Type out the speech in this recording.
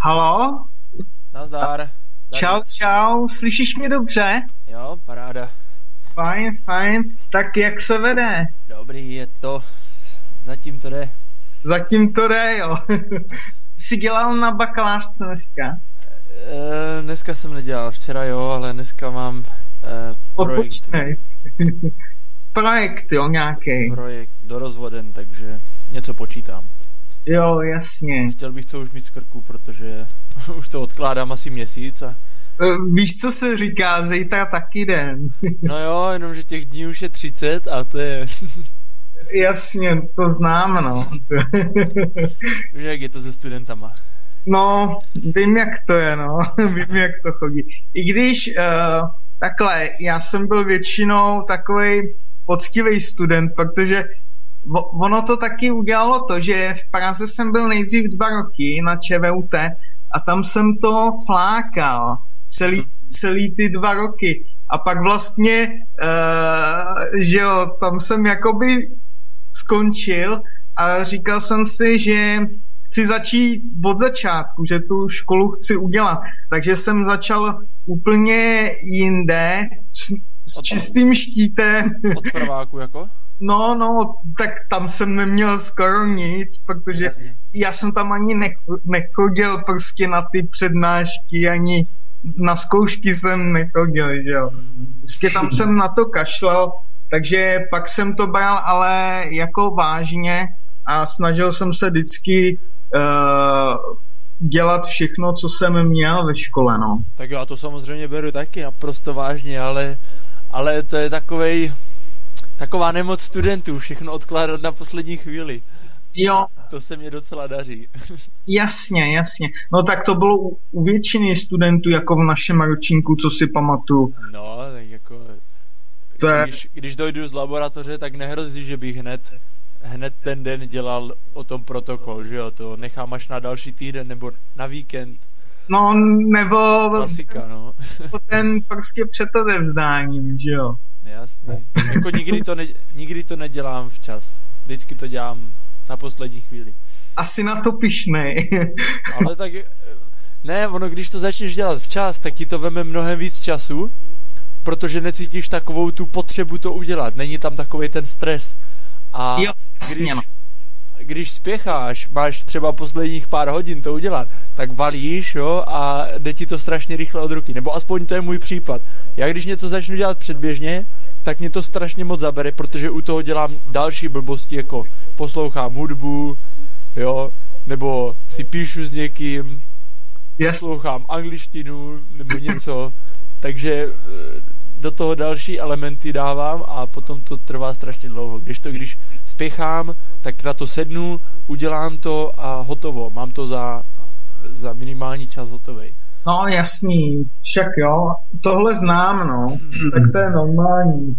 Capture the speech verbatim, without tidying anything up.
Halo? Nazdar. Čau, čau, slyšíš mě dobře? Jo, paráda. Fajn, fajn. Tak jak se vede? Dobrý, je to. Zatím to jde. Zatím to jde, jo. Jsi dělal na bakalářce dneska? E, dneska jsem nedělal, včera jo, ale dneska mám e, projekt. Projekt, jo, nějaký. Projekt dorozvoden, takže něco počítám. Jo, jasně. Chtěl bych to už mít z krku, protože už to odkládám asi měsíc a... Víš, co se říká, zítra taky den. No jo, jenomže těch dní už je třicet a to je... Jasně, to znám, no. Víš, jak je to se studentama? No, vím, jak to je, no. Vím, jak to chodí. I když uh, takhle, já jsem byl většinou takovej poctivý student, protože ono to taky udělalo to, že v Praze jsem byl nejdřív dva roky na ČVUT a tam jsem to flákal celý, celý ty dva roky. A pak vlastně, uh, že jo, tam jsem jakoby skončil a říkal jsem si, že chci začít od začátku, že tu školu chci udělat. Takže jsem začal úplně jinde, s, s čistým štítem. Od prváku jako? No, no, tak tam jsem neměl skoro nic, protože já jsem tam ani nechodil prostě na ty přednášky, ani na zkoušky jsem nechodil, že jo. Prostě tam jsem na to kašlal, takže pak jsem to bral ale jako vážně a snažil jsem se vždycky uh, dělat všechno, co jsem měl ve škole, no. Tak já to samozřejmě beru taky naprosto vážně, ale, ale to je takovej taková nemoc studentů, všechno odkládat na poslední chvíli. Jo. To se mě docela daří. Jasně, jasně. No tak to bylo u, u většiny studentů, jako v našem ročníku, co si pamatuju. No, tak jako... To je... když, když dojdu z laboratoře, tak nehrozí, že bych hned, hned ten den dělal o tom protokol, že jo? To nechám až na další týden nebo na víkend. No, nebo... Klasika, no. Ten prostě před odevzdáním, že jo? Jasně. Jako nikdy to, ne, nikdy to nedělám včas. Vždycky to dělám na poslední chvíli. Asi na to pyšnej. Ale tak... Ne, ono, když to začneš dělat včas, tak ti to veme mnohem víc času, protože necítíš takovou tu potřebu to udělat. Není tam takovej ten stres. A jo, když, no. když spěcháš, máš třeba posledních pár hodin to udělat, tak valíš, jo, a jde ti to strašně rychle od ruky. Nebo aspoň to je můj případ. Já když něco začnu dělat předběžně, tak mě to strašně moc zabere, protože u toho dělám další blbosti, jako poslouchám hudbu, jo, nebo si píšu s někým, yes. Poslouchám angličtinu, nebo něco, takže do toho další elementy dávám a potom to trvá strašně dlouho. Když to, když spěchám, tak na to sednu, udělám to a hotovo. Mám to za, za minimální čas hotovej. No jasný, však jo, tohle znám, no, tak to je normální.